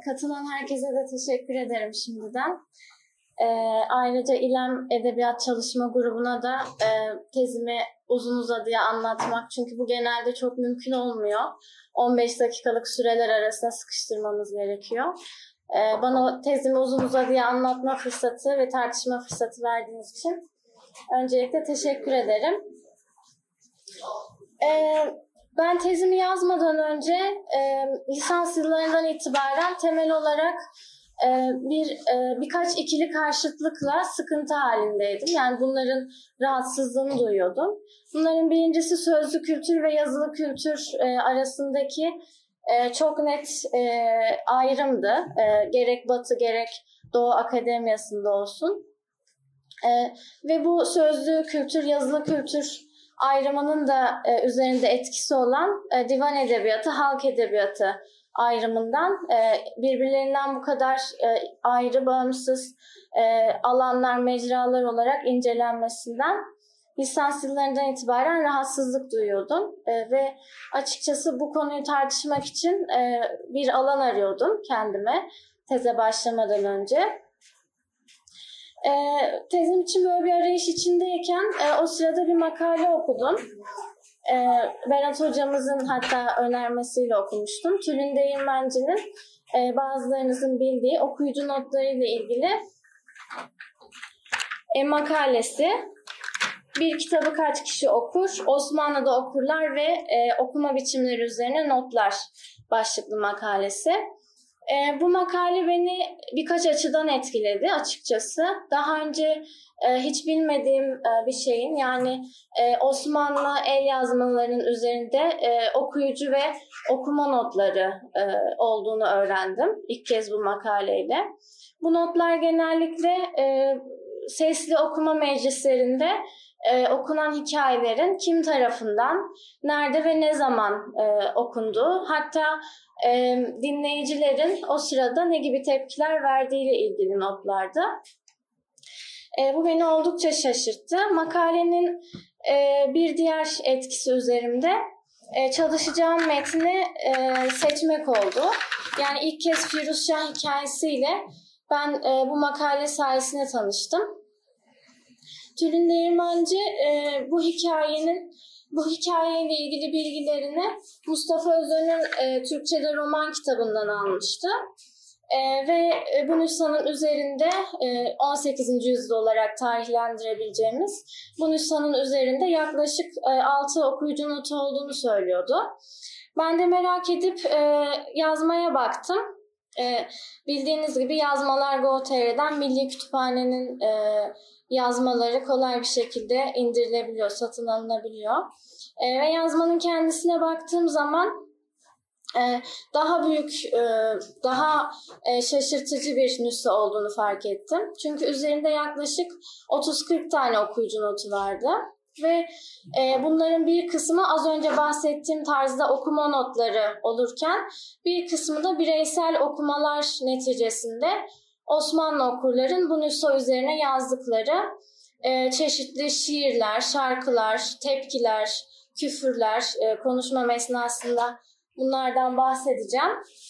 Katılan herkese de teşekkür ederim şimdiden. Ayrıca İLEM Edebiyat Çalışma Grubu'na da tezimi uzun uzadıya anlatmak. Çünkü bu genelde çok mümkün olmuyor. 15 dakikalık süreler arasında sıkıştırmamız gerekiyor. Bana tezimi uzun uzadıya anlatma fırsatı ve tartışma fırsatı verdiğiniz için öncelikle teşekkür ederim. Ben tezimi yazmadan önce lisans yıllarından itibaren temel olarak birkaç ikili karşıtlıkla sıkıntı halindeydim. Yani bunların rahatsızlığını duyuyordum. Bunların birincisi sözlü kültür ve yazılı kültür arasındaki çok net ayrımdı. Gerek Batı gerek Doğu Akademiyası'nda olsun. Ve bu sözlü kültür, yazılı kültür ayrımının da üzerinde etkisi olan divan edebiyatı, halk edebiyatı ayrımından birbirlerinden bu kadar ayrı, bağımsız alanlar, mecralar olarak incelenmesinden lisans yıllarından itibaren rahatsızlık duyuyordum. Ve açıkçası bu konuyu tartışmak için bir alan arıyordum kendime teze başlamadan önce. Tezim için böyle bir arayış içindeyken o sırada bir makale okudum. Berat hocamızın hatta önermesiyle okumuştum. Tülin Değirmenci'nin bazılarınızın bildiği okuyucu notlarıyla ilgili makalesi. Bir kitabı kaç kişi okur, Osmanlı'da okurlar ve okuma biçimleri üzerine notlar başlıklı makalesi. Bu makale beni birkaç açıdan etkiledi açıkçası. Daha önce hiç bilmediğim bir şeyin, yani Osmanlı el yazmalarının üzerinde okuyucu ve okuma notları olduğunu öğrendim ilk kez bu makaleyle. Bu notlar genellikle sesli okuma meclislerinde okunan hikayelerin kim tarafından, nerede ve ne zaman okunduğu, hatta dinleyicilerin o sırada ne gibi tepkiler verdiğiyle ilgili notlardı. Bu beni oldukça şaşırttı. Makalenin bir diğer etkisi üzerimde çalışacağım metni seçmek oldu. Yani ilk kez Firuzşah hikayesiyle ben bu makale sayesinde tanıştım. Tülin Değirmenci bu hikayeyle ilgili bilgilerini Mustafa Özer'in Türkçe'de roman kitabından almıştı. Ve bu nüshanın üzerinde 18. yüzyıl olarak tarihlendirebileceğimiz bu nüshanın üzerinde yaklaşık 6 okuyucu notu olduğunu söylüyordu. Ben de merak edip yazmaya baktım. Bildiğiniz gibi yazmalar Go.tr'den Milli Kütüphane'nin yazmaları kolay bir şekilde indirilebiliyor, satın alınabiliyor. Ve yazmanın kendisine baktığım zaman daha büyük, daha şaşırtıcı bir nüsha olduğunu fark ettim. Çünkü üzerinde yaklaşık 30-40 tane okuyucu notu vardı. Ve bunların bir kısmı az önce bahsettiğim tarzda okuma notları olurken bir kısmı da bireysel okumalar neticesinde Osmanlı okurların bu nüsha üzerine yazdıkları çeşitli şiirler, şarkılar, tepkiler, küfürler, konuşmam esnasında bunlardan bahsedeceğim.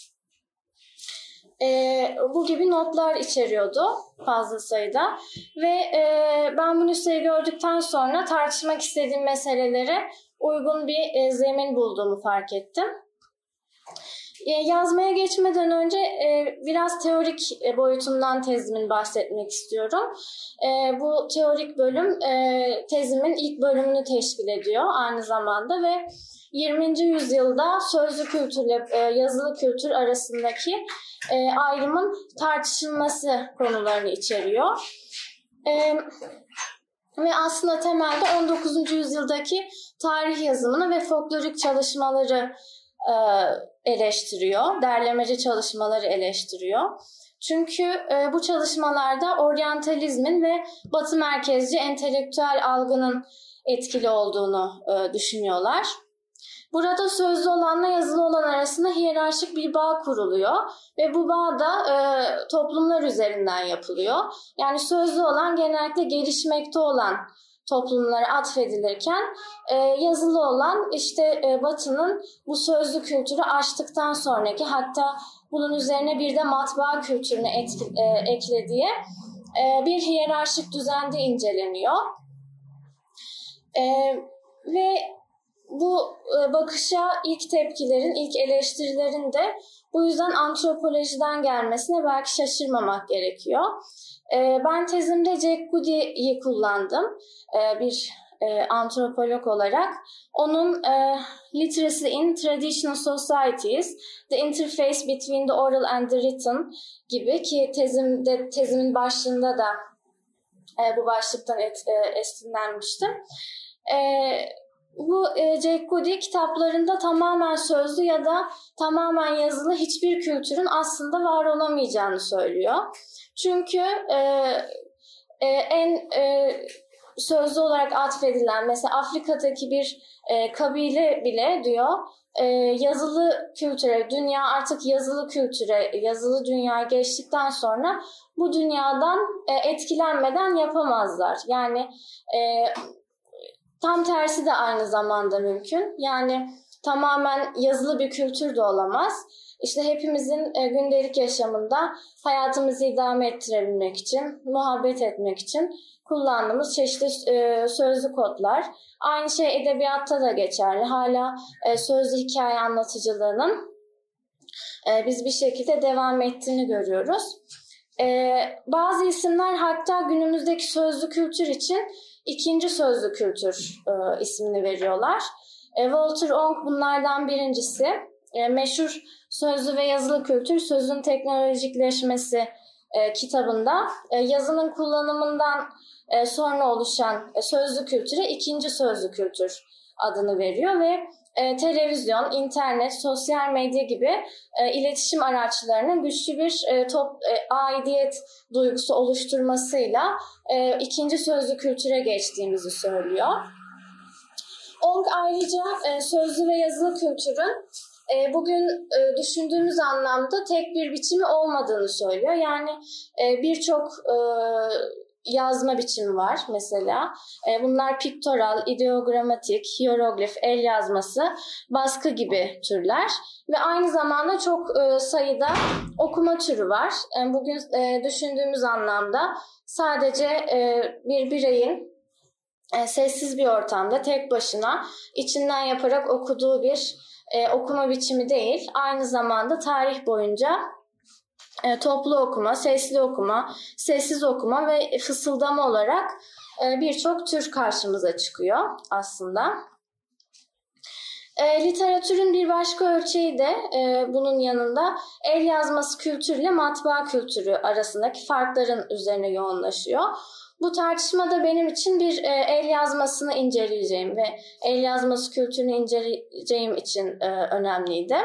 Bu gibi notlar içeriyordu fazla sayıda ve ben bu nüshayı gördükten sonra tartışmak istediğim meselelere uygun bir zemin bulduğumu fark ettim. Yazmaya geçmeden önce biraz teorik boyutundan tezimin bahsetmek istiyorum. Bu teorik bölüm tezimin ilk bölümünü teşkil ediyor aynı zamanda ve 20. yüzyılda sözlü kültürle yazılı kültür arasındaki ayrımın tartışılması konularını içeriyor. Ve aslında temelde 19. yüzyıldaki tarih yazımını ve folklorik çalışmaları eleştiriyor, derlemeci çalışmaları eleştiriyor. Çünkü bu çalışmalarda oryantalizmin ve batı merkezci entelektüel algının etkili olduğunu düşünüyorlar. Burada sözlü olanla yazılı olan arasında hiyerarşik bir bağ kuruluyor ve bu bağ da toplumlar üzerinden yapılıyor. Yani sözlü olan genellikle gelişmekte olan toplumlara atfedilirken yazılı olan işte Batı'nın bu sözlü kültürü aştıktan sonraki, hatta bunun üzerine bir de matbaa kültürünü eklediği bir hiyerarşik düzende inceleniyor. Ve bu bakışa ilk tepkilerin, ilk eleştirilerin de bu yüzden antropolojiden gelmesine belki şaşırmamak gerekiyor. Ben tezimde Jack Goody'yi kullandım bir antropolog olarak. Onun Literacy in Traditional Societies, The Interface Between the Oral and the Written gibi, ki tezimin başlığında da bu başlıktan esinlenmiştim. Bu Jack Goody kitaplarında tamamen sözlü ya da tamamen yazılı hiçbir kültürün aslında var olamayacağını söylüyor. Çünkü en sözlü olarak atfedilen, mesela Afrika'daki bir kabile bile diyor, yazılı kültüre, dünya artık yazılı kültüre, yazılı dünya geçtikten sonra bu dünyadan etkilenmeden yapamazlar. Yani tam tersi de aynı zamanda mümkün. Yani tamamen yazılı bir kültür de olamaz. İşte hepimizin gündelik yaşamında hayatımızı idame ettirebilmek için, muhabbet etmek için kullandığımız çeşitli sözlü kodlar. Aynı şey edebiyatta da geçerli. Hala sözlü hikaye anlatıcılığının biz bir şekilde devam ettiğini görüyoruz. Bazı isimler hatta günümüzdeki sözlü kültür için ikinci sözlü kültür ismini veriyorlar. Walter Ong bunlardan birincisi. Meşhur Sözlü ve Yazılı Kültür, Sözün Teknolojikleşmesi kitabında yazının kullanımından sonra oluşan sözlü kültüre ikinci sözlü kültür adını veriyor ve televizyon, internet, sosyal medya gibi iletişim araçlarının güçlü bir aidiyet duygusu oluşturmasıyla ikinci sözlü kültüre geçtiğimizi söylüyor. Ong ayrıca sözlü ve yazılı kültürün bugün düşündüğümüz anlamda tek bir biçimi olmadığını söylüyor. Yani birçok yazma biçimi var mesela. Bunlar piktoral, ideogramatik, hieroglif, el yazması, baskı gibi türler. Ve aynı zamanda çok sayıda okuma türü var. Bugün düşündüğümüz anlamda sadece bir bireyin sessiz bir ortamda tek başına içinden yaparak okuduğu bir okuma biçimi değil. Aynı zamanda tarih boyunca toplu okuma, sesli okuma, sessiz okuma ve fısıldama olarak birçok tür karşımıza çıkıyor aslında. Literatürün bir başka ölçeği de bunun yanında el yazması kültürüyle matbaa kültürü arasındaki farkların üzerine yoğunlaşıyor. Bu tartışmada benim için bir el yazmasını inceleyeceğim ve el yazması kültürünü inceleyeceğim için önemliydi.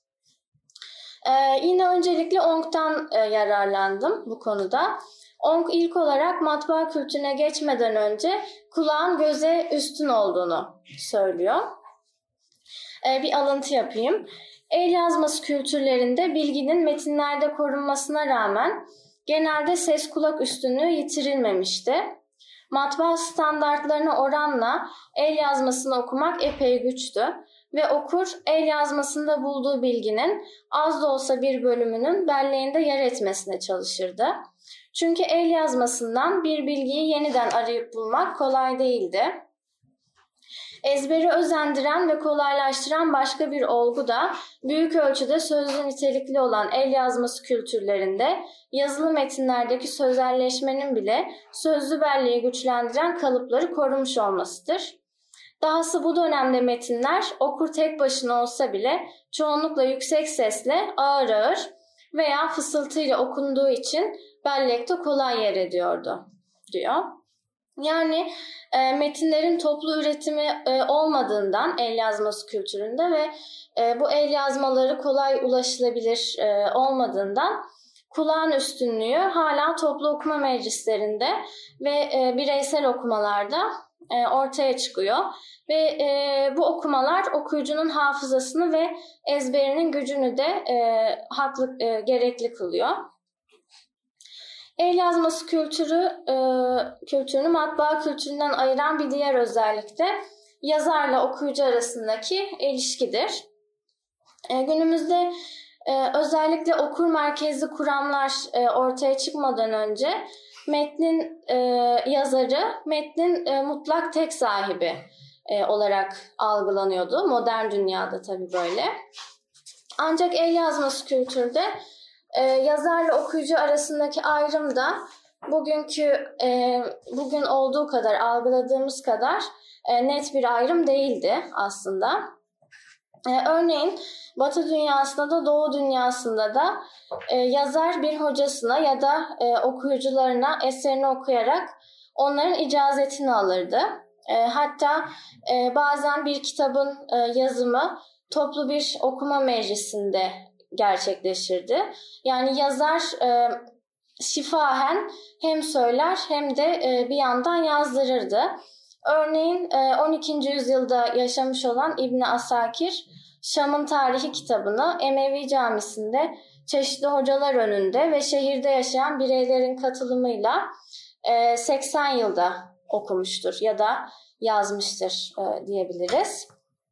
Yine öncelikle Ong'dan yararlandım bu konuda. Ong ilk olarak matbaa kültürüne geçmeden önce kulağın göze üstün olduğunu söylüyor. Bir alıntı yapayım. El yazması kültürlerinde bilginin metinlerde korunmasına rağmen genelde ses kulak üstünlüğü yitirilmemişti. Matbaa standartlarına oranla el yazmasını okumak epey güçtü ve okur el yazmasında bulduğu bilginin az da olsa bir bölümünün belleğinde yer etmesine çalışırdı. Çünkü el yazmasından bir bilgiyi yeniden arayıp bulmak kolay değildi. Ezberi özendiren ve kolaylaştıran başka bir olgu da büyük ölçüde sözlü nitelikli olan el yazması kültürlerinde yazılı metinlerdeki sözelleşmenin bile sözlü belleği güçlendiren kalıpları korumuş olmasıdır. Dahası bu dönemde metinler okur tek başına olsa bile çoğunlukla yüksek sesle ağır ağır veya fısıltıyla okunduğu için bellekte kolay yer ediyordu diyor. Yani metinlerin toplu üretimi olmadığından el yazması kültüründe ve bu el yazmaları kolay ulaşılabilir olmadığından kulağın üstünlüğü hala toplu okuma meclislerinde ve bireysel okumalarda ortaya çıkıyor. Ve bu okumalar okuyucunun hafızasını ve ezberinin gücünü de gerekli kılıyor. El yazması kültürünü matbaa kültüründen ayıran bir diğer özellik de yazarla okuyucu arasındaki ilişkidir. Günümüzde özellikle okur merkezli kuramlar ortaya çıkmadan önce metnin yazarı, metnin mutlak tek sahibi olarak algılanıyordu. Modern dünyada tabii böyle. Ancak el yazması kültürde yazarla okuyucu arasındaki ayrım da bugün olduğu kadar, algıladığımız kadar net bir ayrım değildi aslında. Örneğin Batı dünyasında da Doğu dünyasında da yazar bir hocasına ya da okuyucularına eserini okuyarak onların icazetini alırdı. Hatta bazen bir kitabın yazımı toplu bir okuma meclisinde gerçekleşirdi. Yani yazar şifahen hem söyler hem de bir yandan yazdırırdı. Örneğin 12. yüzyılda yaşamış olan İbn Asakir, Şam'ın Tarihi kitabını Emevi Camisi'nde çeşitli hocalar önünde ve şehirde yaşayan bireylerin katılımıyla 80 yılda okumuştur ya da yazmıştır diyebiliriz.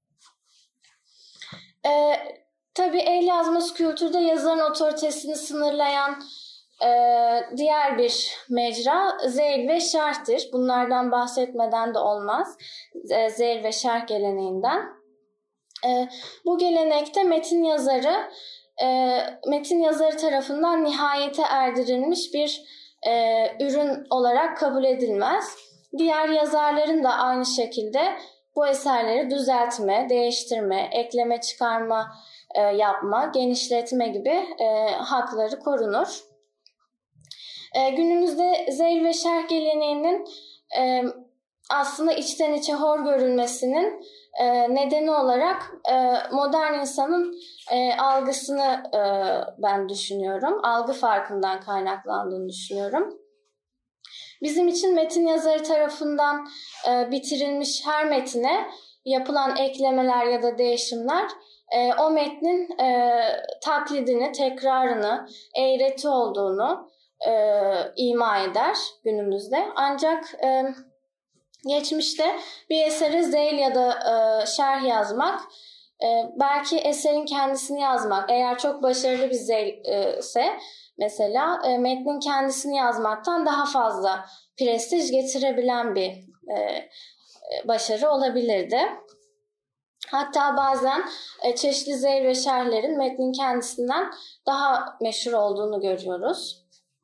Tabii el yazması kültürde yazarın otoritesini sınırlayan diğer bir mecra zeyl ve şerhtir. Bunlardan bahsetmeden de olmaz. Zeyl ve şerh geleneğinden. Bu gelenekte metin yazarı tarafından nihayete erdirilmiş bir ürün olarak kabul edilmez. Diğer yazarların da aynı şekilde bu eserleri düzeltme, değiştirme, ekleme, çıkarma yapma, genişletme gibi hakları korunur. Günümüzde zeyl ve şerh geleneğinin aslında içten içe hor görülmesinin nedeni olarak modern insanın algısını ben düşünüyorum. Algı farkından kaynaklandığını düşünüyorum. Bizim için metin yazarı tarafından bitirilmiş her metine yapılan eklemeler ya da değişimler o metnin taklidini, tekrarını, eğreti olduğunu ima eder günümüzde. Ancak geçmişte bir esere zeyl ya da şerh yazmak, belki eserin kendisini yazmak, eğer çok başarılı bir zeyl ise mesela metnin kendisini yazmaktan daha fazla prestij getirebilen bir başarı olabilirdi. Hatta bazen çeşitli zeyl ve şerhlerin metnin kendisinden daha meşhur olduğunu görüyoruz.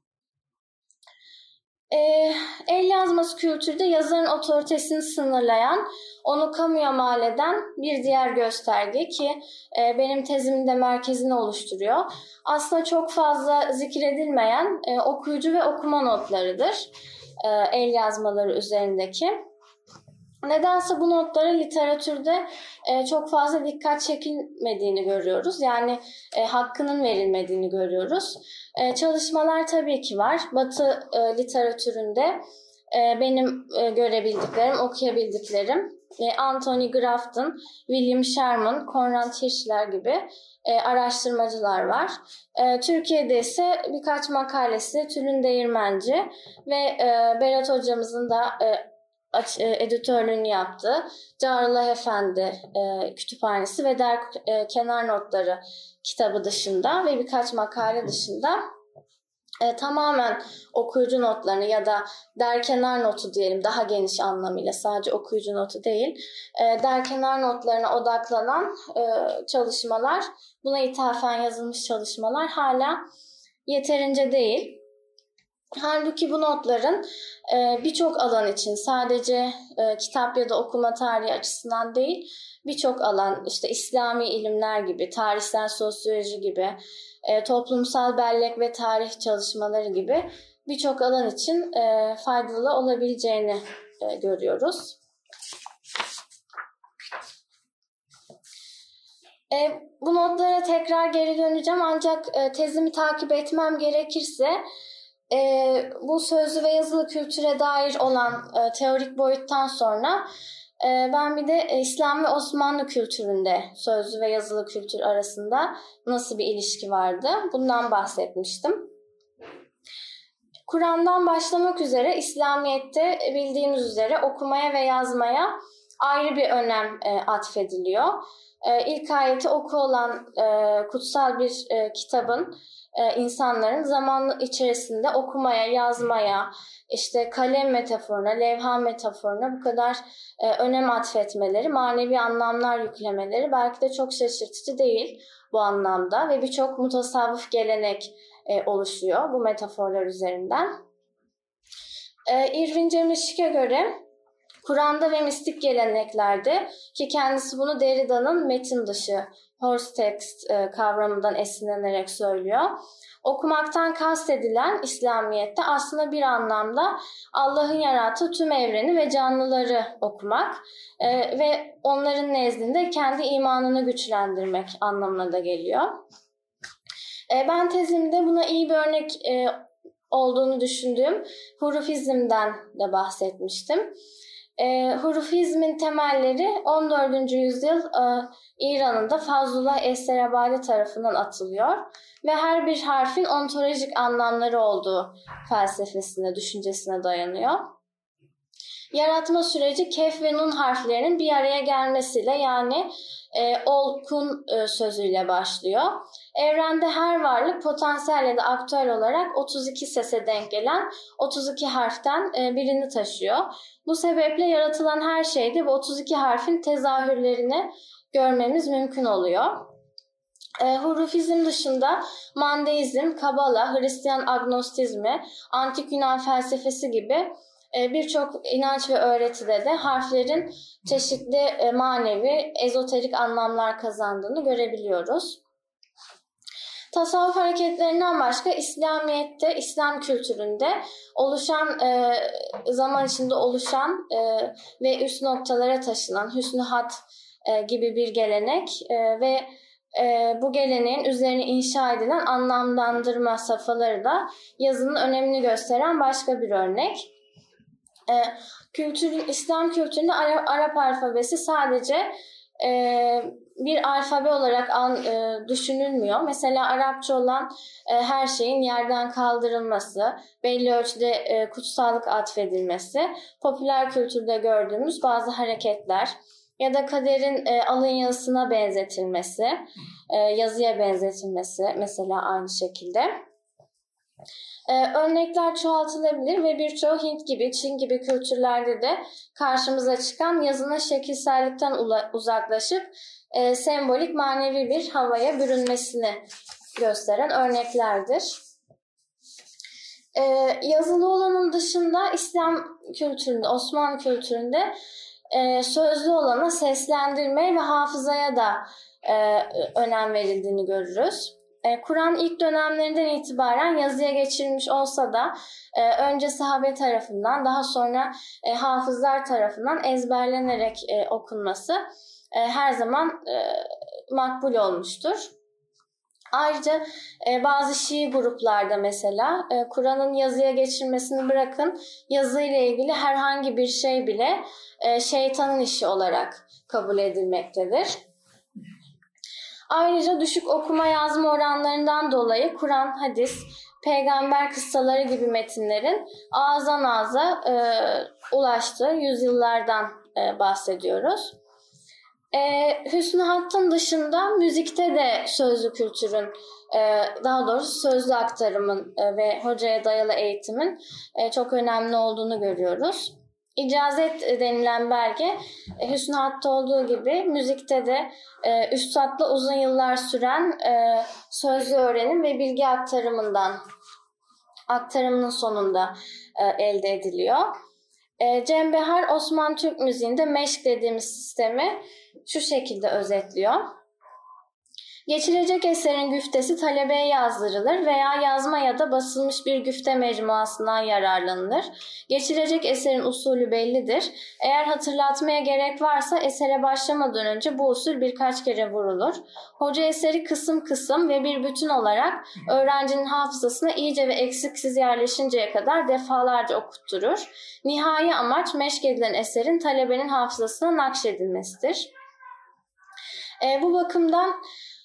El yazması kültürde yazarın otoritesini sınırlayan, onu kamuya mal eden bir diğer gösterge ki benim tezimin de merkezini oluşturuyor. Aslında çok fazla zikredilmeyen okuyucu ve okuma notlarıdır el yazmaları üzerindeki. Nedense bu notlara literatürde çok fazla dikkat çekilmediğini görüyoruz. Yani hakkının verilmediğini görüyoruz. Çalışmalar tabii ki var. Batı literatüründe benim görebildiklerim, okuyabildiklerim Anthony Grafton, William Sherman, Konrad Hirschler gibi araştırmacılar var. Türkiye'de ise birkaç makalesi Tülin Değirmenci ve Berat hocamızın da editörlüğünü yaptığı Carullah Efendi Kütüphanesi ve Kenar Notları kitabı dışında ve birkaç makale dışında tamamen okuyucu notlarını ya da derkenar notu diyelim daha geniş anlamıyla, sadece okuyucu notu değil, derkenar notlarına odaklanan çalışmalar, buna ithafen yazılmış çalışmalar hala yeterince değil. Halbuki bu notların birçok alan için, sadece kitap ya da okuma tarihi açısından değil, birçok alan, işte İslami ilimler gibi, tarihsel sosyoloji gibi, toplumsal bellek ve tarih çalışmaları gibi birçok alan için faydalı olabileceğini görüyoruz. Bu notlara tekrar geri döneceğim, ancak tezimi takip etmem gerekirse bu sözlü ve yazılı kültüre dair olan teorik boyuttan sonra ben bir de İslam ve Osmanlı kültüründe sözlü ve yazılı kültür arasında nasıl bir ilişki vardı, bundan bahsetmiştim. Kur'an'dan başlamak üzere İslamiyet'te bildiğimiz üzere okumaya ve yazmaya ayrı bir önem atfediliyor. İlk ayeti oku olan kutsal bir kitabın insanların zaman içerisinde okumaya, yazmaya, işte kalem metaforuna, levha metaforuna bu kadar önem atfetmeleri, manevi anlamlar yüklemeleri belki de çok şaşırtıcı değil bu anlamda ve birçok mutasavvıf gelenek oluşuyor bu metaforlar üzerinden. Irvin Cemilşik'e göre Kur'an'da ve mistik geleneklerde, ki kendisi bunu Derrida'nın metin dışı horse text kavramından esinlenerek söylüyor, okumaktan kastedilen İslamiyet'te aslında bir anlamda Allah'ın yarattığı tüm evreni ve canlıları okumak ve onların nezdinde kendi imanını güçlendirmek anlamına da geliyor. Ben tezimde buna iyi bir örnek olduğunu düşündüğüm Hurufizm'den de bahsetmiştim. Hurufizmin temelleri 14. yüzyıl İran'ın da Fazlullah Esterabadi tarafından atılıyor ve her bir harfin ontolojik anlamları olduğu felsefesine, düşüncesine dayanıyor. Yaratma süreci kef ve nun harflerinin bir araya gelmesiyle, yani ol-kun sözüyle başlıyor. Evrende her varlık potansiyel ya da aktüel olarak 32 sese denk gelen 32 harften birini taşıyor. Bu sebeple yaratılan her şeyde bu 32 harfin tezahürlerini görmemiz mümkün oluyor. Hurufizm dışında Mandeizm, Kabala, Hristiyan agnostizmi, Antik Yunan felsefesi gibi birçok inanç ve öğretide de harflerin çeşitli manevi, ezoterik anlamlar kazandığını görebiliyoruz. Tasavvuf hareketlerinden başka İslamiyet'te, İslam kültüründe oluşan, zaman içinde oluşan ve üst noktalara taşınan hüsnü hat gibi bir gelenek ve bu geleneğin üzerine inşa edilen anlamlandırma safhaları da yazının önemini gösteren başka bir örnek. İslam kültüründe Arap alfabesi sadece bir alfabe olarak düşünülmüyor. Mesela Arapça olan her şeyin yerden kaldırılması, belli ölçüde kutsallık atfedilmesi, popüler kültürde gördüğümüz bazı hareketler ya da kaderin alın yazısına benzetilmesi, yazıya benzetilmesi mesela aynı şekilde. Örnekler çoğaltılabilir ve birçoğu Hint gibi, Çin gibi kültürlerde de karşımıza çıkan yazının şekilsellikten uzaklaşıp sembolik manevi bir havaya bürünmesini gösteren örneklerdir. Yazılı olanın dışında İslam kültüründe, Osmanlı kültüründe sözlü olana seslendirmeye ve hafızaya da önem verildiğini görürüz. Kur'an ilk dönemlerinden itibaren yazıya geçirilmiş olsa da önce sahabe tarafından, daha sonra hafızlar tarafından ezberlenerek okunması her zaman makbul olmuştur. Ayrıca bazı Şii gruplarda mesela Kur'an'ın yazıya geçirilmesini bırakın, yazıyla ilgili herhangi bir şey bile şeytanın işi olarak kabul edilmektedir. Ayrıca düşük okuma yazma oranlarından dolayı Kur'an, hadis, peygamber kıssaları gibi metinlerin ağızdan ağza ulaştığı yüzyıllardan bahsediyoruz. Hüsnü hattın dışında müzikte de sözlü kültürün, daha doğrusu sözlü aktarımın ve hocaya dayalı eğitimin çok önemli olduğunu görüyoruz. İcazet denilen belge hüsnü hatta olduğu gibi müzikte de üstatla uzun yıllar süren sözlü öğrenim ve bilgi aktarımının sonunda elde ediliyor. Cem Behar Osmanlı Türk müziğinde meşk dediğimiz sistemi şu şekilde özetliyor. Geçilecek eserin güftesi talebeye yazdırılır veya yazma ya da basılmış bir güfte mecmuasından yararlanılır. Geçilecek eserin usulü bellidir. Eğer hatırlatmaya gerek varsa esere başlamadan önce bu usul birkaç kere vurulur. Hoca eseri kısım kısım ve bir bütün olarak öğrencinin hafızasına iyice ve eksiksiz yerleşinceye kadar defalarca okutturur. Nihai amaç meşk edilen eserin talebenin hafızasına nakşedilmesidir. Bu bakımdan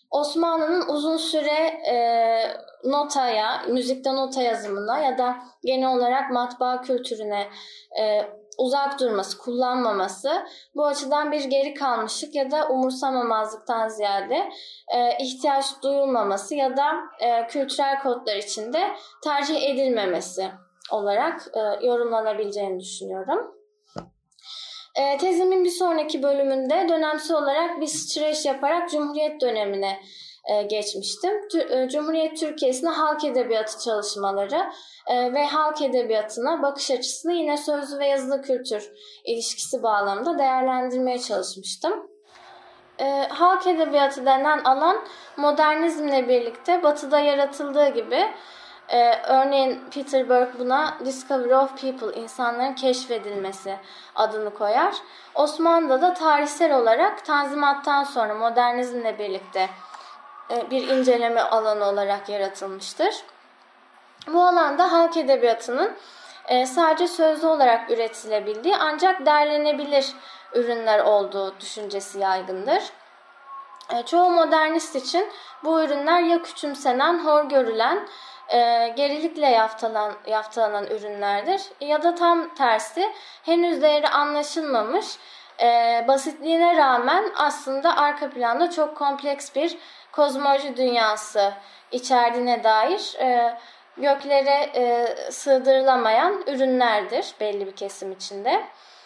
Osmanlı'nın uzun süre notaya, müzikte nota yazımına ya da genel olarak matbaa kültürüne uzak durması, kullanmaması bu açıdan bir geri kalmışlık ya da umursamamazlıktan ziyade ihtiyaç duyulmaması ya da kültürel kodlar içinde tercih edilmemesi olarak yorumlanabileceğini düşünüyorum. Tezimin bir sonraki bölümünde dönemsel olarak bir streç yaparak Cumhuriyet dönemine geçmiştim. Cumhuriyet Türkiye'sinde halk edebiyatı çalışmaları ve halk edebiyatına bakış açısını yine sözlü ve yazılı kültür ilişkisi bağlamında değerlendirmeye çalışmıştım. Halk edebiyatı denen alan modernizmle birlikte Batı'da yaratıldığı gibi örneğin Peter Burke buna Discovery of People, insanların keşfedilmesi adını koyar. Osmanlı'da da tarihsel olarak Tanzimat'tan sonra modernizmle birlikte bir inceleme alanı olarak yaratılmıştır. Bu alanda halk edebiyatının sadece sözlü olarak üretilebildiği ancak derlenebilir ürünler olduğu düşüncesi yaygındır. Çoğu modernist için bu ürünler ya küçümsenen, hor görülen, gerilikle yaftalanan ürünlerdir ya da tam tersi henüz değeri anlaşılmamış, basitliğine rağmen aslında arka planda çok kompleks bir kozmoloji dünyası içerdiğine dair göklere sığdırılamayan ürünlerdir belli bir kesim içinde.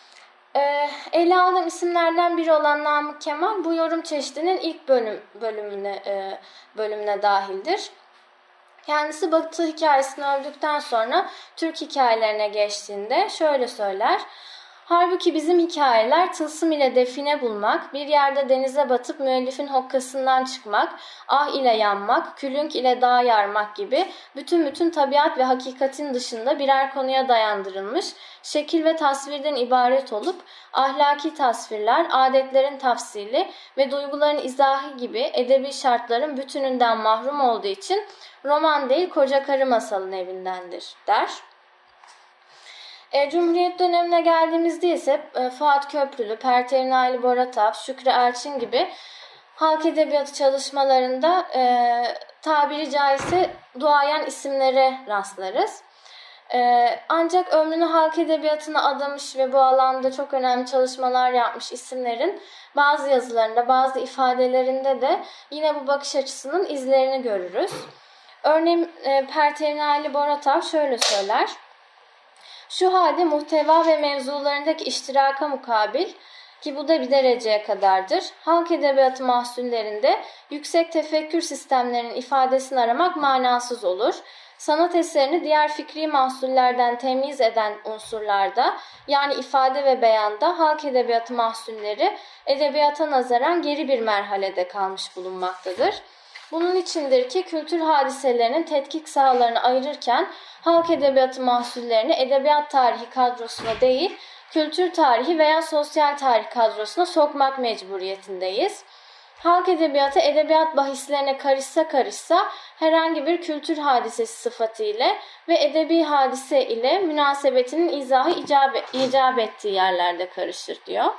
Ele aldığım isimlerden biri olan Namık Kemal bu yorum çeşidinin ilk bölümüne dahildir. Kendisi Batı hikayesini öldükten sonra Türk hikayelerine geçtiğinde şöyle söyler: "Halbuki bizim hikayeler tılsım ile define bulmak, bir yerde denize batıp müellifin hokkasından çıkmak, ah ile yanmak, külünk ile dağ yarmak gibi bütün tabiat ve hakikatin dışında birer konuya dayandırılmış, şekil ve tasvirden ibaret olup ahlaki tasvirler, adetlerin tafsili ve duyguların izahı gibi edebi şartların bütününden mahrum olduğu için roman değil koca karı masalın evindendir," der. Cumhuriyet dönemine geldiğimizde ise Fuat Köprülü, Pertev Naili Boratap, Şükrü Elçin gibi halk edebiyatı çalışmalarında tabiri caizse duayen isimlere rastlarız. Ancak ömrünü halk edebiyatına adamış ve bu alanda çok önemli çalışmalar yapmış isimlerin bazı yazılarında, bazı ifadelerinde de yine bu bakış açısının izlerini görürüz. Örneğin Pertev Naili Boratap şöyle söyler: "Şu halde muhteva ve mevzularındaki iştiraka mukabil, ki bu da bir dereceye kadardır, halk edebiyatı mahsullerinde yüksek tefekkür sistemlerinin ifadesini aramak manasız olur. Sanat eserini diğer fikri mahsullerden temyiz eden unsurlarda, yani ifade ve beyanda halk edebiyatı mahsulleri edebiyata nazaran geri bir merhalede kalmış bulunmaktadır. Bunun içindir ki kültür hadiselerinin tetkik sahalarını ayırırken halk edebiyatı mahsullerini edebiyat tarihi kadrosuna değil, kültür tarihi veya sosyal tarih kadrosuna sokmak mecburiyetindeyiz. Halk edebiyatı edebiyat bahislerine karışsa herhangi bir kültür hadisesi sıfatıyla ve edebi hadise ile münasebetinin izahı icap ettiği yerlerde karışır," diyor.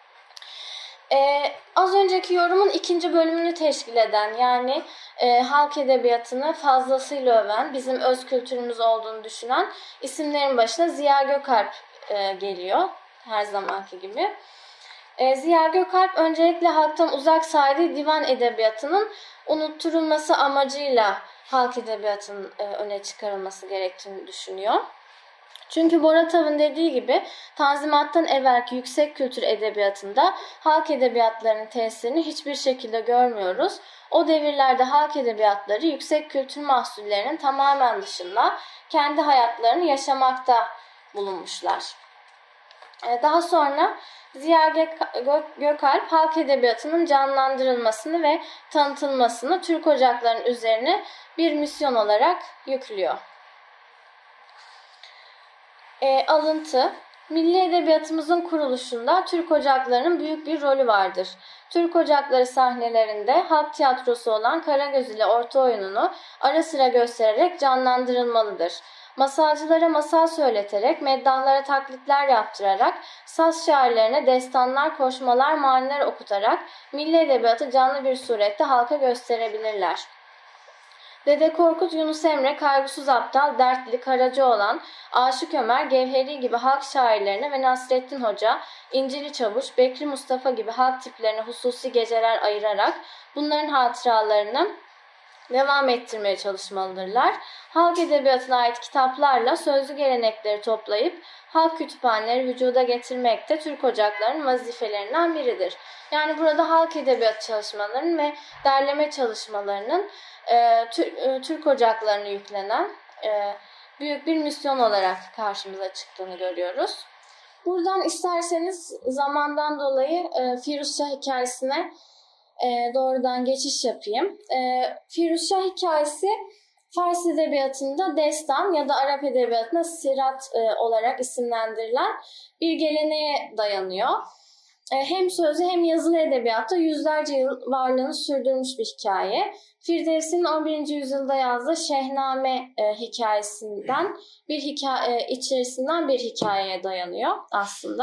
Az önceki yorumun ikinci bölümünü teşkil eden, yani halk edebiyatını fazlasıyla öven, bizim öz kültürümüz olduğunu düşünen isimlerin başına Ziya Gökalp geliyor her zamanki gibi. Ziya Gökalp öncelikle halktan uzak saydığı divan edebiyatının unutturulması amacıyla halk edebiyatının öne çıkarılması gerektiğini düşünüyor. Çünkü Boratav'ın dediği gibi Tanzimat'tan evvelki yüksek kültür edebiyatında halk edebiyatlarının tesirini hiçbir şekilde görmüyoruz. O devirlerde halk edebiyatları yüksek kültür mahsullerinin tamamen dışında kendi hayatlarını yaşamakta bulunmuşlar. Daha sonra Ziya Gökalp halk edebiyatının canlandırılmasını ve tanıtılmasını Türk ocaklarının üzerine bir misyon olarak yüklüyor. Alıntı: Milli edebiyatımızın kuruluşunda Türk ocaklarının büyük bir rolü vardır. Türk ocakları sahnelerinde halk tiyatrosu olan Karagöz ile Orta Oyununu ara sıra göstererek canlandırılmalıdır. Masalcılara masal söyleterek, meddahlara taklitler yaptırarak, saz şairlerine destanlar, koşmalar, maniler okutarak milli edebiyatı canlı bir surette halka gösterebilirler. Dede Korkut, Yunus Emre, Kaygısız Aptal, Dertli, Karacaoğlan, Aşık Ömer, Gevheri gibi halk şairlerine ve Nasrettin Hoca, İncili Çavuş, Bekri Mustafa gibi halk tiplerine hususi geceler ayırarak bunların hatıralarını devam ettirmeye çalışmalıdırlar. Halk edebiyatına ait kitaplarla sözlü gelenekleri toplayıp halk kütüphaneleri vücuda getirmek de Türk ocaklarının vazifelerinden biridir. Yani burada halk edebiyat çalışmalarının ve derleme çalışmalarının Türk ocaklarına yüklenen büyük bir misyon olarak karşımıza çıktığını görüyoruz. Buradan isterseniz zamandan dolayı Firuz Şah hikayesine doğrudan geçiş yapayım. Firuz Şah hikayesi Fars edebiyatında destan ya da Arap edebiyatında sirat olarak isimlendirilen bir geleneğe dayanıyor. Hem sözlü hem yazılı edebiyatta yüzlerce yıl varlığını sürdürmüş bir hikaye. Firdevsi'nin 11. yüzyılda yazdığı Şehname hikayesinden içerisinden bir hikayeye dayanıyor aslında.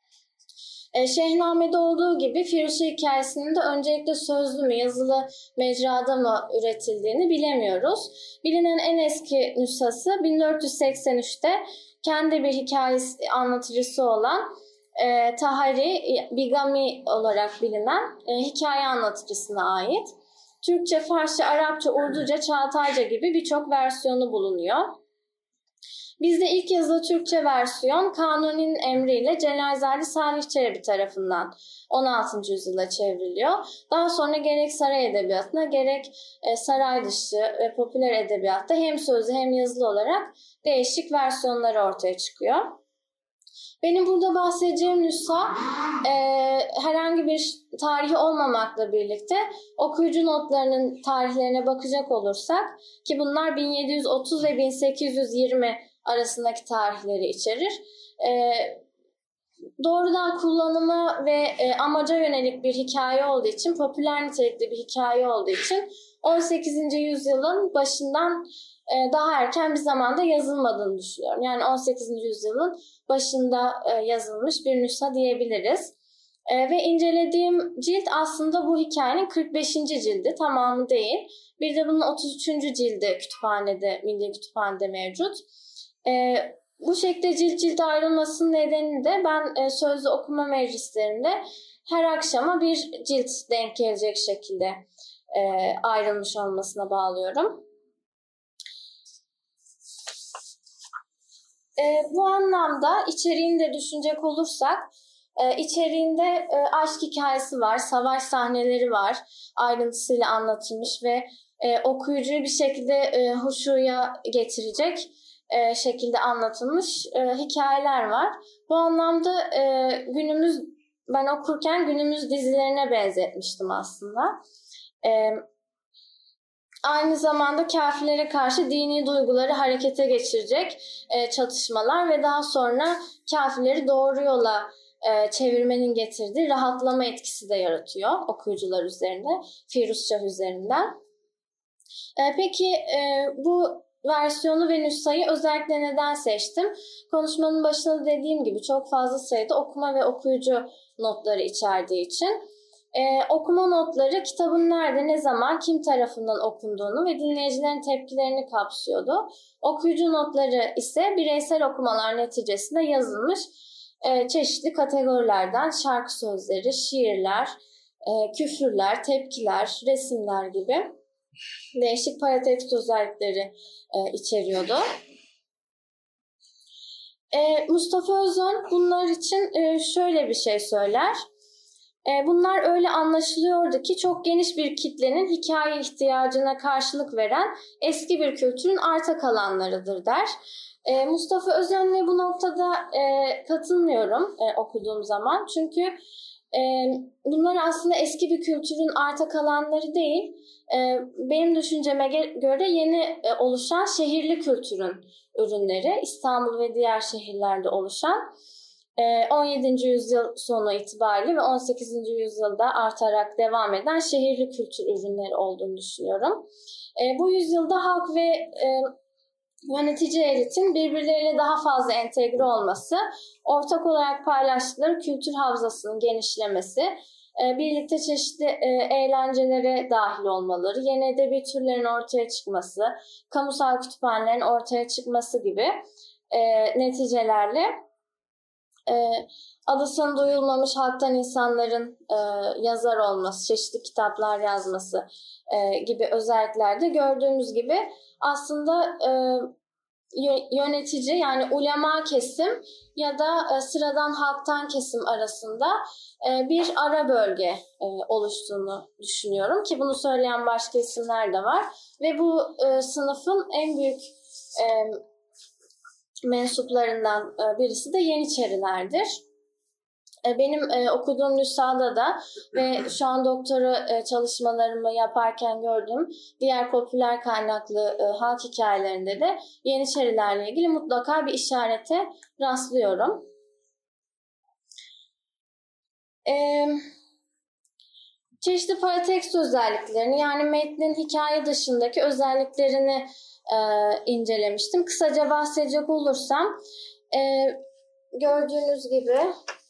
Şehname'de olduğu gibi Firuz Şah hikayesinin de öncelikle sözlü mü yazılı mecrada mı üretildiğini bilemiyoruz. Bilinen en eski nüshası 1483'te kendi bir hikayesi anlatıcısı olan Tahari Bigami olarak bilinen hikaye anlatıcısına ait. Türkçe, Farsça, Arapça, Urduca, Çağatayca gibi birçok versiyonu bulunuyor. Bizde ilk yazılı Türkçe versiyon Kanuni'nin emriyle Celalzade Salih Çelebi tarafından 16. yüzyılda çevriliyor. Daha sonra gerek saray edebiyatına gerek saray dışı ve popüler edebiyatta hem sözlü hem yazılı olarak değişik versiyonları ortaya çıkıyor. Benim burada bahsedeceğim nüsha herhangi bir tarihi olmamakla birlikte okuyucu notlarının tarihlerine bakacak olursak ki bunlar 1730 ve 1820 arasındaki tarihleri içerir. Doğrudan kullanımı ve amaca yönelik bir hikaye olduğu için, popüler nitelikli bir hikaye olduğu için 18. yüzyılın başından daha erken bir zamanda yazılmadığını düşünüyorum. Yani 18. yüzyılın başında yazılmış bir nüsha diyebiliriz. Ve incelediğim cilt aslında bu hikayenin 45. cildi, tamamı değil. Bir de bunun 33. cildi kütüphanede, Milli Kütüphane'de mevcut. Bu şekilde cilt cilt ayrılmasının nedeni de ben sözlü okuma meclislerinde her akşama bir cilt denk gelecek şekilde ayrılmış olmasına bağlıyorum. Bu anlamda içeriğini de düşünecek olursak, içeriğinde aşk hikayesi var, savaş sahneleri var, ayrıntısıyla anlatılmış ve okuyucuyu bir şekilde huşuya getirecek şekilde anlatılmış hikayeler var. Bu anlamda ben okurken günümüz dizilerine benzetmiştim aslında. Aynı zamanda kafirlere karşı dini duyguları harekete geçirecek çatışmalar ve daha sonra kafirleri doğru yola çevirmenin getirdiği rahatlama etkisi de yaratıyor okuyucular üzerinde, Firuz Şah üzerinden. Peki bu versiyonu ve nüshayı özellikle neden seçtim? Konuşmanın başında dediğim gibi çok fazla sayıda okuma ve okuyucu notları içerdiği için. Okuma notları kitabın nerede, ne zaman, kim tarafından okunduğunu ve dinleyicilerin tepkilerini kapsıyordu. Okuyucu notları ise bireysel okumalar neticesinde yazılmış çeşitli kategorilerden şarkı sözleri, şiirler, küfürler, tepkiler, resimler gibi değişik paratekst özellikleri içeriyordu. Mustafa Özön bunlar için şöyle bir şey söyler. Bunlar öyle anlaşılıyordu ki çok geniş bir kitlenin hikaye ihtiyacına karşılık veren eski bir kültürün arta kalanlarıdır der. Mustafa Özön'le bu noktada katılmıyorum okuduğum zaman. Çünkü bunlar aslında eski bir kültürün arta kalanları değil, benim düşünceme göre yeni oluşan şehirli kültürün ürünleri, İstanbul ve diğer şehirlerde oluşan 17. yüzyıl sonu itibariyle ve 18. yüzyılda artarak devam eden şehirli kültür ürünleri olduğunu düşünüyorum. Bu yüzyılda halk ve yönetici elitin birbirleriyle daha fazla entegre olması, ortak olarak paylaştıkları kültür havzasının genişlemesi, birlikte çeşitli eğlencelere dahil olmaları, yeni edebi türlerin ortaya çıkması, kamusal kütüphanelerin ortaya çıkması gibi neticelerle adı sanı duyulmamış halktan insanların yazar olması, çeşitli kitaplar yazması gibi özelliklerde gördüğümüz gibi aslında yönetici yani ulema kesim ya da sıradan halktan kesim arasında bir ara bölge oluştuğunu düşünüyorum ki bunu söyleyen başka isimler de var ve bu sınıfın en büyük mensuplarından birisi de Yeniçerilerdir. Benim okuduğum Nüsha'da da ve şu an doktora çalışmalarımı yaparken gördüğüm diğer popüler kaynaklı halk hikayelerinde de Yeniçerilerle ilgili mutlaka bir işarete rastlıyorum. Çeşitli paratekst özelliklerini yani metnin hikaye dışındaki özelliklerini incelemiştim. Kısaca bahsedecek olursam gördüğünüz gibi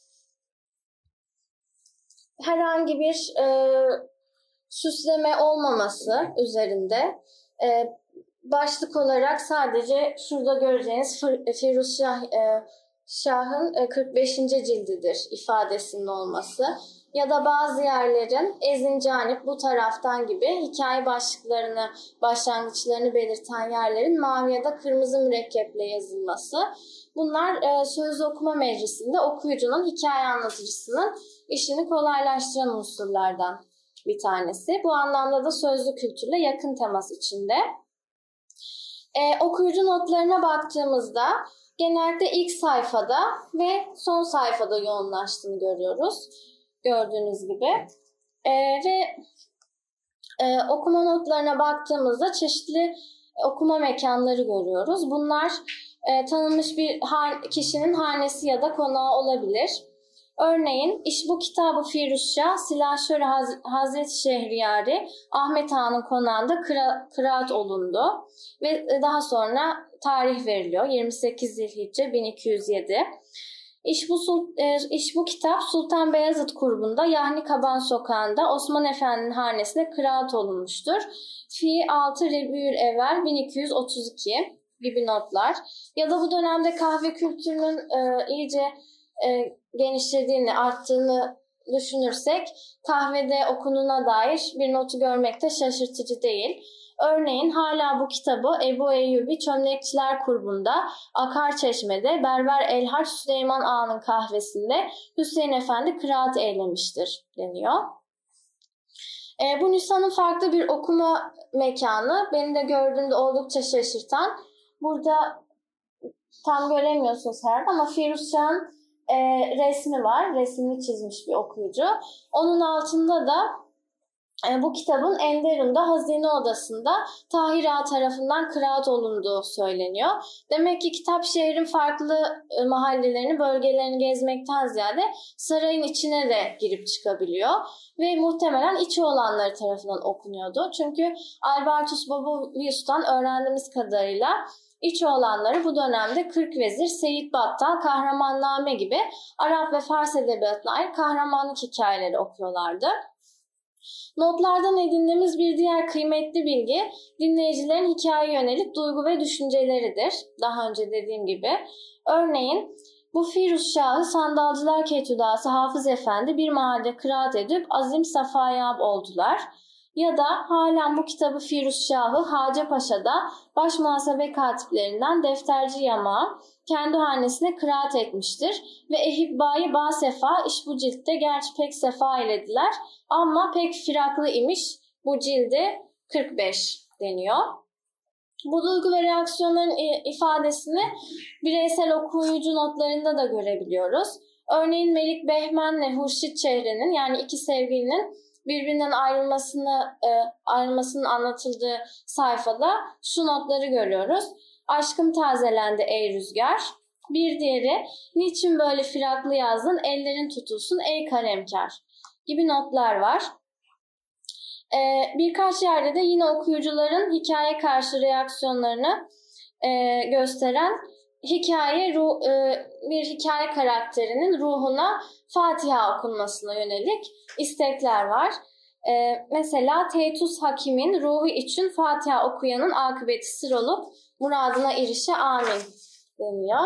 herhangi bir süsleme olmaması üzerinde başlık olarak sadece şurada göreceğiniz Firuz Şah'ın 45. cildidir ifadesinin olması ya da bazı yerlerin Ezincanip bu taraftan gibi hikaye başlıklarını, başlangıçlarını belirten yerlerin mavi ya da kırmızı mürekkeple yazılması. Bunlar söz okuma meclisinde okuyucunun, hikaye anlatıcısının işini kolaylaştıran unsurlardan bir tanesi. Bu anlamda da sözlü kültürle yakın temas içinde. Okuyucu notlarına baktığımızda genellikle ilk sayfada ve son sayfada yoğunlaştığını görüyoruz. Gördüğünüz gibi. Okuma notlarına baktığımızda çeşitli okuma mekanları görüyoruz. Bunlar tanınmış bir kişinin hanesi ya da konağı olabilir. Örneğin bu kitabı Firuzşah, Silahşöre Hazreti Şehriyari, Ahmet Han'ın konağında kıraat olundu ve daha sonra tarih veriliyor. 28 Zilhicce 1207. Bu kitap Sultan Beyazıt Kurbu'nda Yahni Kaban Sokağı'nda Osman Efendi'nin hanesine kıraat olunmuştur. Fi 6 Rebiülevvel 1232 gibi notlar. Ya da bu dönemde kahve kültürünün iyice genişlediğini, arttığını düşünürsek kahvede okununa dair bir notu görmek de şaşırtıcı değil. Örneğin hala bu kitabı Ebu Eyyubi Çömlekçiler Kurbu'nda Akarçeşme'de Berber Elhaç Süleyman Ağa'nın kahvesinde Hüseyin Efendi kıraat eylemiştir deniyor. Bu Nüsha'nın farklı bir okuma mekanı beni de gördüğümde oldukça şaşırtan. Burada tam göremiyorsunuz herhalde ama Firuz Şah'ın resmi var. Resmini çizmiş bir okuyucu. Onun altında da bu kitabın Enderun'da Hazine Odası'nda Tahir Ağa tarafından kıraat olunduğu söyleniyor. Demek ki kitap şehrin farklı mahallelerini, bölgelerini gezmekten ziyade sarayın içine de girip çıkabiliyor. Ve muhtemelen içi olanları tarafından okunuyordu. Çünkü Albertus Bobovius'tan öğrendiğimiz kadarıyla İçoğlanları bu dönemde Kırkvezir, Seyit Battal, Kahramanname gibi Arap ve Fars edebiyatına ait kahramanlık hikayeleri okuyorlardı. Notlardan edindiğimiz bir diğer kıymetli bilgi dinleyicilerin hikayeye yönelik duygu ve düşünceleridir. Daha önce dediğim gibi. Örneğin bu Firuz Şah'ı Sandalcılar Ketüdası Hafız Efendi bir mahallede kıraat edip azim safayab oldular. Ya da halen bu kitabı Firuz Şah'ı Hacepaşa'da baş muhasebe katiplerinden Defterci Yamağı kendi hanesine kıraat etmiştir. Ve Ehibba-i Basefa bu ciltte gerçi pek sefa eylediler ama pek firaklı imiş bu cildi 45 deniyor. Bu duygu ve reaksiyonların ifadesini bireysel okuyucu notlarında da görebiliyoruz. Örneğin Melik Behmen'le Hurşit Çehre'nin yani iki sevgilinin birbirinden ayrılmasının anlatıldığı sayfada şu notları görüyoruz. Aşkım tazelendi ey rüzgar. Bir diğeri niçin böyle firaklı yazdın ellerin tutulsun ey kalemkar gibi notlar var. Birkaç yerde de yine okuyucuların hikaye karşı reaksiyonlarını gösteren bir hikaye karakterinin ruhuna Fatiha okunmasına yönelik istekler var. Mesela Teytus Hakim'in ruhu için Fatiha okuyanın akıbeti sır olup muradına erişe amin deniyor.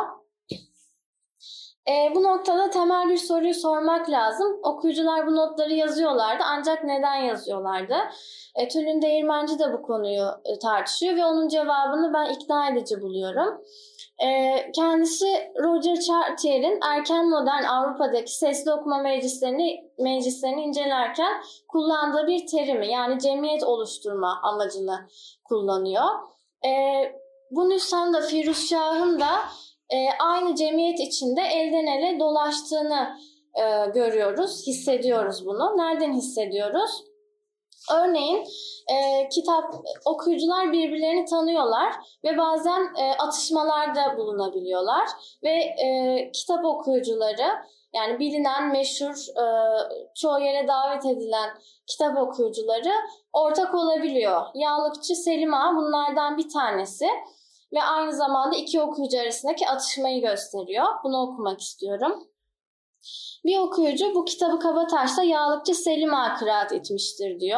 Bu noktada temel bir soruyu sormak lazım. Okuyucular bu notları yazıyorlardı ancak neden yazıyorlardı? Tülin Değirmenci de bu konuyu tartışıyor ve onun cevabını ben ikna edici buluyorum. Kendisi Roger Chartier'in erken modern Avrupa'daki sesli okuma meclislerini incelerken kullandığı bir terimi, yani cemiyet oluşturma amacını kullanıyor. Bu nüshanda Firuz Şah'ın da aynı cemiyet içinde elden ele dolaştığını görüyoruz, hissediyoruz bunu. Nereden hissediyoruz? Örneğin okuyucular birbirlerini tanıyorlar ve bazen atışmalarda bulunabiliyorlar ve kitap okuyucuları, yani bilinen, meşhur, çoğu yere davet edilen kitap okuyucuları ortak olabiliyor. Yağlıkçı Selim Ağa bunlardan bir tanesi ve aynı zamanda iki okuyucu arasındaki atışmayı gösteriyor. Bunu okumak istiyorum. Bir okuyucu bu kitabı Kabataş'ta Yağlıkçı Selim Ağa kıraat etmiştir diyor.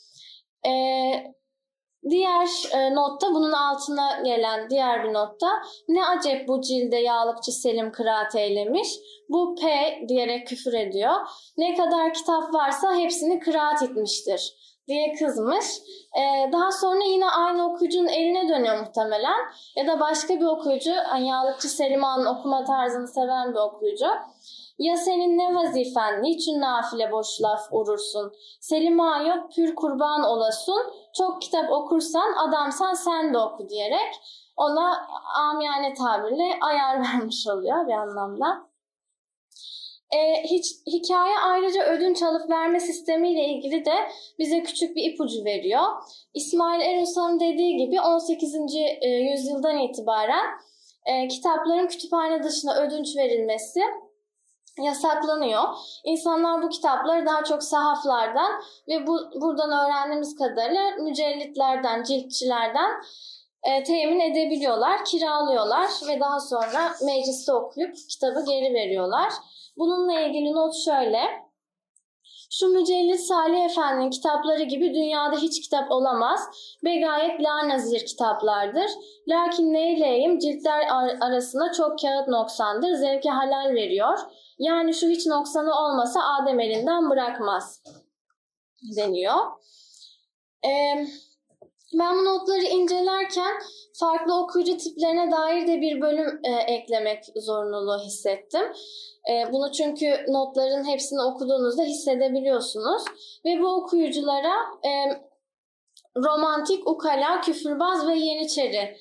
Diğer notta, bunun altına gelen diğer bir notta, ne acep bu cilde Yağlıkçı Selim kıraat eylemiş, bu P diyerek küfür ediyor. Ne kadar kitap varsa hepsini kıraat etmiştir diye kızmış. Daha sonra yine aynı okuyucunun eline dönüyor muhtemelen. Ya da başka bir okuyucu, yani Yağlıkçı Selim Ağa'nın okuma tarzını seven bir okuyucu. Ya senin ne vazifen, niçin nafile boş laf urursun? Selim Ağa yok, pür kurban olasın. Çok kitap okursan, adamsan sen de oku diyerek ona amiyane tabirle ayar vermiş oluyor bir anlamda. Hikaye ayrıca ödünç alıp verme sistemiyle ilgili de bize küçük bir ipucu veriyor. İsmail Erosa'nın dediği gibi 18. yüzyıldan itibaren kitapların kütüphane dışına ödünç verilmesi yasaklanıyor. İnsanlar bu kitapları daha çok sahaflardan ve buradan öğrendiğimiz kadarıyla mücellitlerden, ciltçilerden temin edebiliyorlar, kiralıyorlar ve daha sonra mecliste okuyup kitabı geri veriyorlar. Bununla ilgili not şöyle: şu mücellit Salih Efendi'nin kitapları gibi dünyada hiç kitap olamaz ve gayet lâ-nazir kitaplardır. Lakin neyleyim, ciltler arasında çok kağıt noksandır, zevke halal veriyor. Yani şu hiç noksanı olmasa Adem elinden bırakmaz deniyor. Ben bu notları incelerken farklı okuyucu tiplerine dair de bir bölüm eklemek zorunluluğu hissettim. Bunu çünkü notların hepsini okuduğunuzda hissedebiliyorsunuz. Ve bu okuyuculara romantik, ukala, küfürbaz ve yeniçeri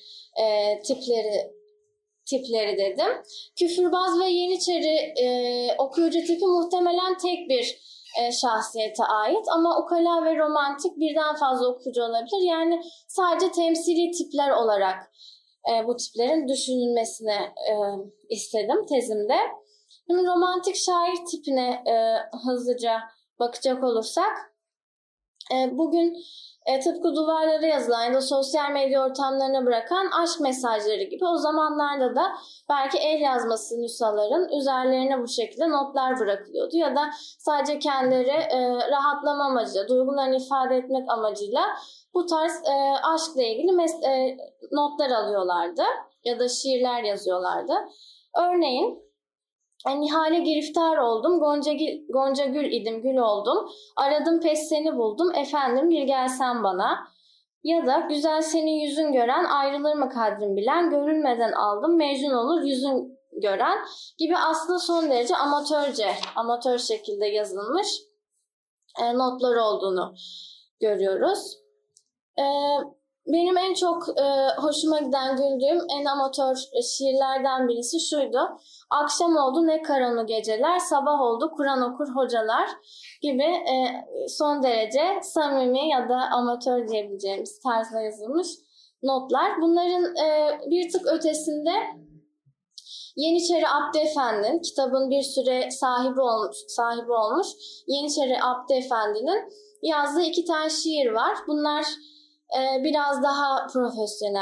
tipleri dedim. Küfürbaz ve yeniçeri okuyucu tipi muhtemelen tek bir şahsiyete ait ama ukala ve romantik birden fazla okuyucu olabilir. Yani sadece temsili tipler olarak bu tiplerin düşünülmesini istedim tezimde. Şimdi romantik şair tipine hızlıca bakacak olursak, bugün tıpkı duvarlara yazılan ya da sosyal medya ortamlarına bırakan aşk mesajları gibi o zamanlarda da belki el yazması nüshaların üzerlerine bu şekilde notlar bırakılıyordu ya da sadece kendileri rahatlama amacıyla, duygularını ifade etmek amacıyla bu tarz aşkla ilgili notlar alıyorlardı ya da şiirler yazıyorlardı. Örneğin Nihale giriftar oldum, Gonca gül idim, gül oldum. Aradım pes seni buldum, efendim bir gelsen bana. Ya da güzel senin yüzün gören, ayrılır mı kadrin bilen, görülmeden aldım, mecnun olur yüzün gören gibi aslında son derece amatör şekilde yazılmış notlar olduğunu görüyoruz. Benim en çok hoşuma giden, güldüğüm en amatör şiirlerden birisi şuydu: akşam oldu ne karanlık geceler, sabah oldu Kur'an okur hocalar gibi son derece samimi ya da amatör diyebileceğimiz tarzda yazılmış notlar. Bunların bir tık ötesinde Yeniçeri Abdi Efendi'nin, kitabın bir süre sahibi olmuş Yeniçeri Abdi Efendi'nin yazdığı 2 tane şiir var. Bunlar biraz daha profesyonel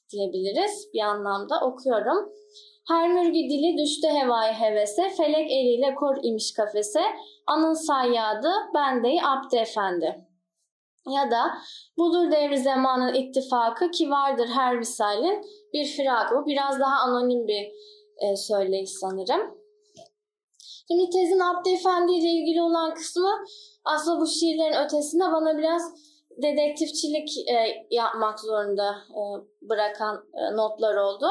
diyebiliriz bir anlamda. Okuyorum. Her mürgi dili düştü hevai hevese, felek eliyle kor imiş kafese, anın sayyadı, bendeyi Abdi Efendi. Ya da budur devri zamanın ittifakı ki vardır her visalin bir firakı. Bu biraz daha anonim bir söyleyiş sanırım. Şimdi tezin Abdi Efendi ile ilgili olan kısmı aslında bu şiirlerin ötesinde bana biraz dedektifçilik yapmak zorunda bırakan notlar oldu.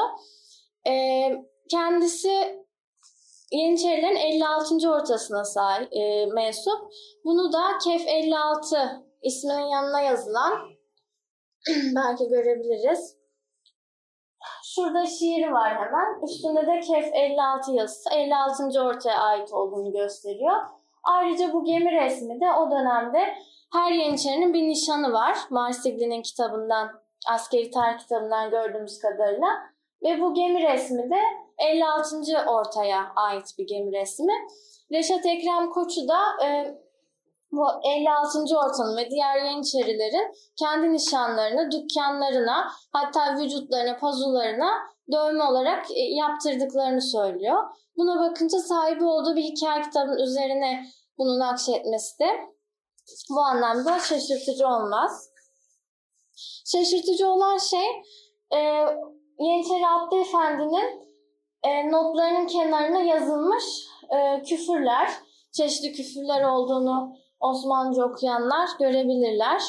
Kendisi Yeniçerilerin 56. ortasına mensup. Bunu da Kef 56 isminin yanına yazılan belki görebiliriz. Şurada şiiri var hemen. Üstünde de Kef 56 yazısı 56. ortaya ait olduğunu gösteriyor. Ayrıca bu gemi resmi de o dönemde her Yeniçerinin bir nişanı var. Marsigli'nin kitabından, askeri tarih kitabından gördüğümüz kadarıyla. Ve bu gemi resmi de 56. ortaya ait bir gemi resmi. Reşat Ekrem Koçu da bu 56. ortanın ve diğer Yeniçerilerin kendi nişanlarını dükkanlarına, hatta vücutlarına, pazularına dövme olarak yaptırdıklarını söylüyor. Buna bakınca sahibi olduğu bir hikaye kitabının üzerine bunu nakşetmesi de bu anlamda şaşırtıcı olmaz. Şaşırtıcı olan şey Yeniçeri Abdi Efendi'nin notlarının kenarına yazılmış küfürler, çeşitli küfürler olduğunu Osmanlıca okuyanlar görebilirler.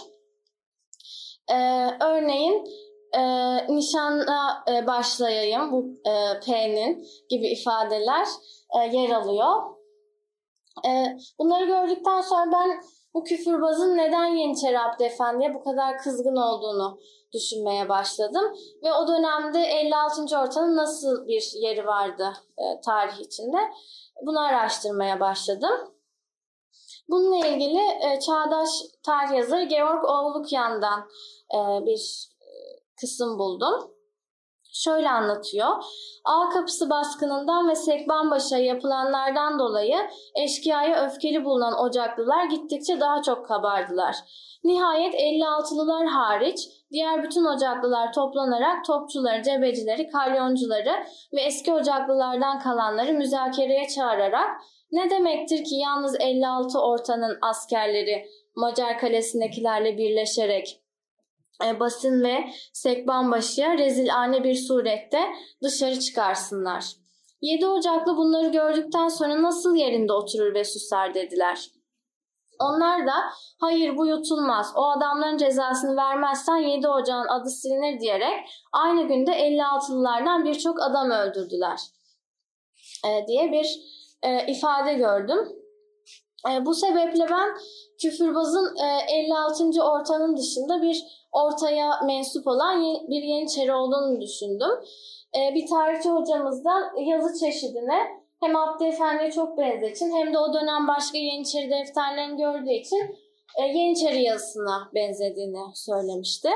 Örneğin nişana başlayayım, bu P'nin gibi ifadeler yer alıyor. Bunları gördükten sonra ben bu küfürbazın neden Yeniçeri Abdi Efendi'ye bu kadar kızgın olduğunu düşünmeye başladım. Ve o dönemde 56. ortanın nasıl bir yeri vardı tarih içinde, bunu araştırmaya başladım. Bununla ilgili çağdaş tarih yazarı Georg Oğlukyan'dan bir kısım buldum. Şöyle anlatıyor. Ağ Kapısı baskınından ve Sekbanbaşı'ya yapılanlardan dolayı eşkıyaya öfkeli bulunan Ocaklılar gittikçe daha çok kabardılar. Nihayet 56'lılar hariç diğer bütün Ocaklılar toplanarak topçuları, cebecileri, kalyoncuları ve eski Ocaklılardan kalanları müzakereye çağırarak ne demektir ki yalnız 56 ortanın askerleri Macar Kalesi'ndekilerle birleşerek Basın ve Sekbanbaşı'ya rezilane bir surette dışarı çıkarsınlar. 7 Ocaklı bunları gördükten sonra nasıl yerinde oturur ve susar dediler. Onlar da hayır bu yutulmaz, o adamların cezasını vermezsen 7 Ocağın adı silinir diyerek aynı günde 56'lılardan birçok adam öldürdüler diye bir ifade gördüm. Bu sebeple ben küfürbazın 56. ortanın dışında bir ortaya mensup olan bir Yeniçeri olduğunu düşündüm. Bir tarihçi hocamız da yazı çeşidine hem Abdi Efendi'ye çok benzediği için hem de o dönem başka Yeniçeri defterlerini gördüğü için Yeniçeri yazısına benzediğini söylemişti.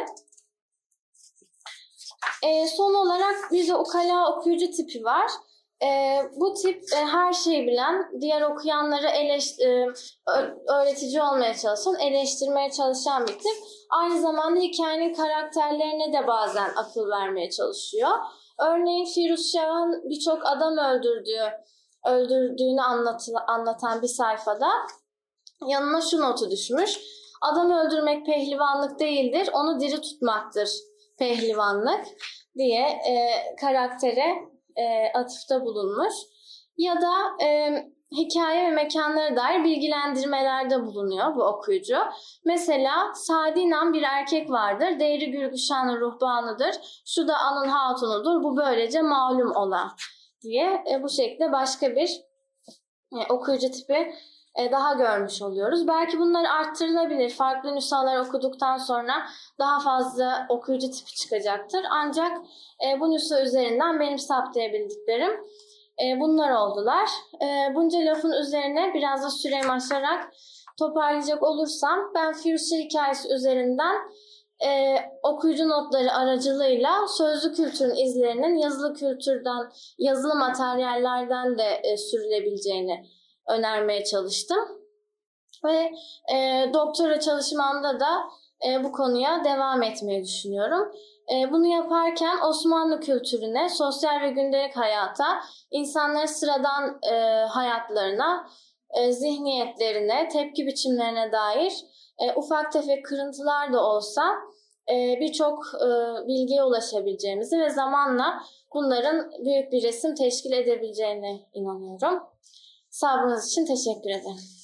Son olarak bir de ukala okuyucu tipi var. Bu tip her şeyi bilen, diğer okuyanları öğretici olmaya çalışan, eleştirmeye çalışan bir tip. Aynı zamanda hikayenin karakterlerine de bazen akıl vermeye çalışıyor. Örneğin Firuz Şah'ın birçok adam öldürdüğünü anlatan bir sayfada yanına şu notu düşmüş. Adam öldürmek pehlivanlık değildir, onu diri tutmaktır pehlivanlık diye karaktere atıfta bulunmuş. Ya da hikaye ve mekanlara dair bilgilendirmelerde bulunuyor bu okuyucu. Mesela Sadinan bir erkek vardır, Değri Gürgüşan'ın ruhbanıdır, şu da Anın hatunudur, bu böylece malum ola diye bu şekilde başka bir okuyucu tipi daha görmüş oluyoruz. Belki bunlar arttırılabilir. Farklı nüshalar okuduktan sonra daha fazla okuyucu tipi çıkacaktır. Ancak bu nüsha üzerinden benim saptayabildiklerim bunlar oldular. Bunca lafın üzerine biraz da süremi aşarak toparlayacak olursam ben Firuzşah hikayesi üzerinden okuyucu notları aracılığıyla sözlü kültürün izlerinin yazılı kültürden, yazılı materyallerden de sürülebileceğini önermeye çalıştım. Ve doktora çalışmamda da bu konuya devam etmeyi düşünüyorum. Bunu yaparken Osmanlı kültürüne, sosyal ve gündelik hayata, insanların sıradan hayatlarına, zihniyetlerine, tepki biçimlerine dair ufak tefek kırıntılar da olsa birçok bilgiye ulaşabileceğimizi ve zamanla bunların büyük bir resim teşkil edebileceğine inanıyorum. Sabrınız için teşekkür ederim.